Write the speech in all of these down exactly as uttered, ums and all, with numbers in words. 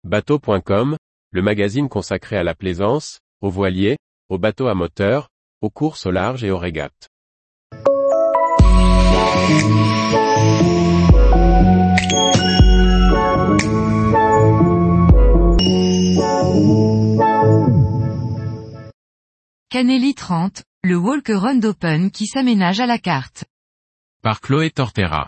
Bateau point com, le magazine consacré à la plaisance, aux voiliers, aux bateaux à moteur, aux courses au large et aux régates. Canelli trente, le walk-around open qui s'aménage à la carte. Par Chloé Tortera.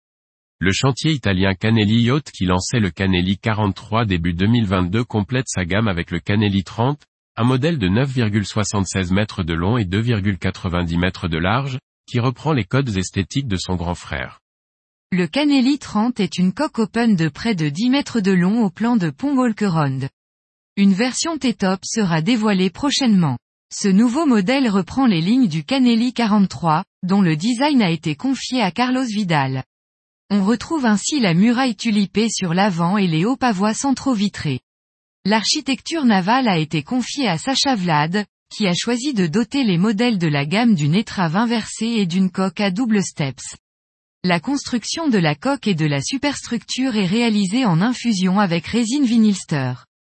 Le chantier italien Canelli Yacht qui lançait le Canelli quarante-trois début deux mille vingt-deux complète sa gamme avec le Canelli trente, un modèle de neuf virgule soixante-seize mètres de long et deux virgule quatre-vingt-dix mètres de large, qui reprend les codes esthétiques de son grand frère. Le Canelli trente est une coque open de près de dix mètres de long au plan de pont walk-around. Une version T-top sera dévoilée prochainement. Ce nouveau modèle reprend les lignes du Canelli quarante-trois, dont le design a été confié à Carlos Vidal. On retrouve ainsi la muraille tulipée sur l'avant et les hauts pavois centraux vitrés. L'architecture navale a été confiée à Sacha Vlad, qui a choisi de doter les modèles de la gamme d'une étrave inversée et d'une coque à double steps. La construction de la coque et de la superstructure est réalisée en infusion avec résine Vinylster.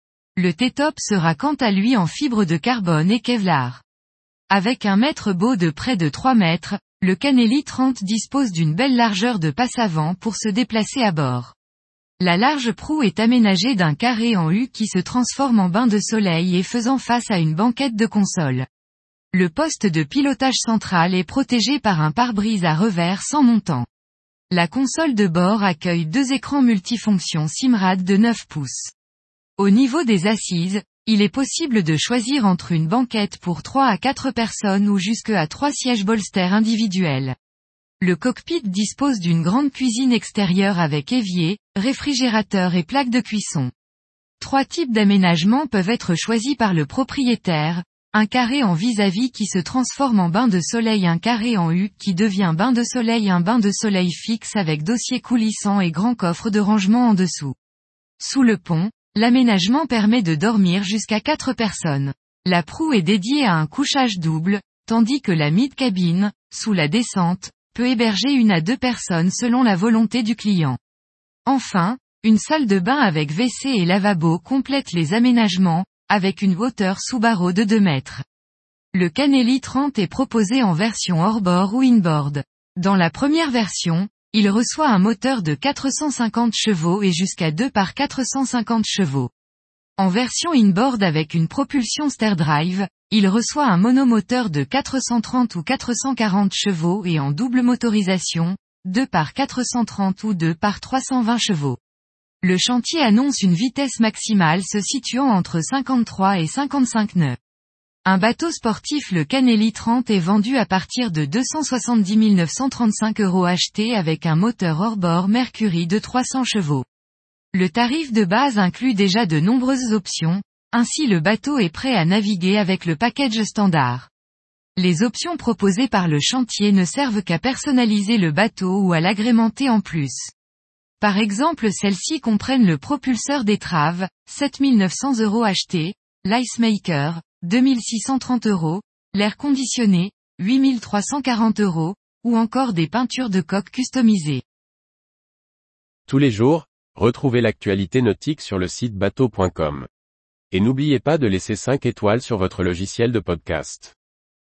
Le T-top sera quant à lui en fibre de carbone et Kevlar. Avec un mètre beau de près de trois mètres, le Canelli trente dispose d'une belle largeur de passe avant pour se déplacer à bord. La large proue est aménagée d'un carré en U qui se transforme en bain de soleil et faisant face à une banquette de console. Le poste de pilotage central est protégé par un pare-brise à revers sans montant. La console de bord accueille deux écrans multifonctions Simrad de neuf pouces. Au niveau des assises, il est possible de choisir entre une banquette pour trois à quatre personnes ou jusque à trois sièges bolster individuels. Le cockpit dispose d'une grande cuisine extérieure avec évier, réfrigérateur et plaque de cuisson. Trois types d'aménagements peuvent être choisis par le propriétaire, un carré en vis-à-vis qui se transforme en bain de soleil, un carré en U qui devient bain de soleil, un bain de soleil fixe avec dossier coulissant et grand coffre de rangement en dessous. Sous le pont, l'aménagement permet de dormir jusqu'à quatre personnes. La proue est dédiée à un couchage double, tandis que la mid-cabine, sous la descente, peut héberger une à deux personnes selon la volonté du client. Enfin, une salle de bain avec W C et lavabo complète les aménagements, avec une hauteur sous barreau de deux mètres. Le Canelli trente est proposé en version hors-bord ou inboard. Dans la première version, il reçoit un moteur de quatre cent cinquante chevaux et jusqu'à deux par quatre cent cinquante chevaux. En version inboard avec une propulsion StairDrive, il reçoit un monomoteur de quatre cent trente ou quatre cent quarante chevaux et en double motorisation, deux par quatre cent trente ou deux par trois cent vingt chevaux. Le chantier annonce une vitesse maximale se situant entre cinquante-trois et cinquante-cinq nœuds. Un bateau sportif, le Canelli trente, est vendu à partir de deux cent soixante-dix mille neuf cent trente-cinq euros acheté avec un moteur hors-bord Mercury de trois cents chevaux. Le tarif de base inclut déjà de nombreuses options, ainsi le bateau est prêt à naviguer avec le package standard. Les options proposées par le chantier ne servent qu'à personnaliser le bateau ou à l'agrémenter en plus. Par exemple, celles-ci comprennent le propulseur d'étrave, sept mille neuf cents euros acheté, l'icemaker, deux mille six cent trente euros, l'air conditionné, huit mille trois cent quarante euros, ou encore des peintures de coque customisées. Tous les jours, retrouvez l'actualité nautique sur le site bateau point com. Et n'oubliez pas de laisser cinq étoiles sur votre logiciel de podcast.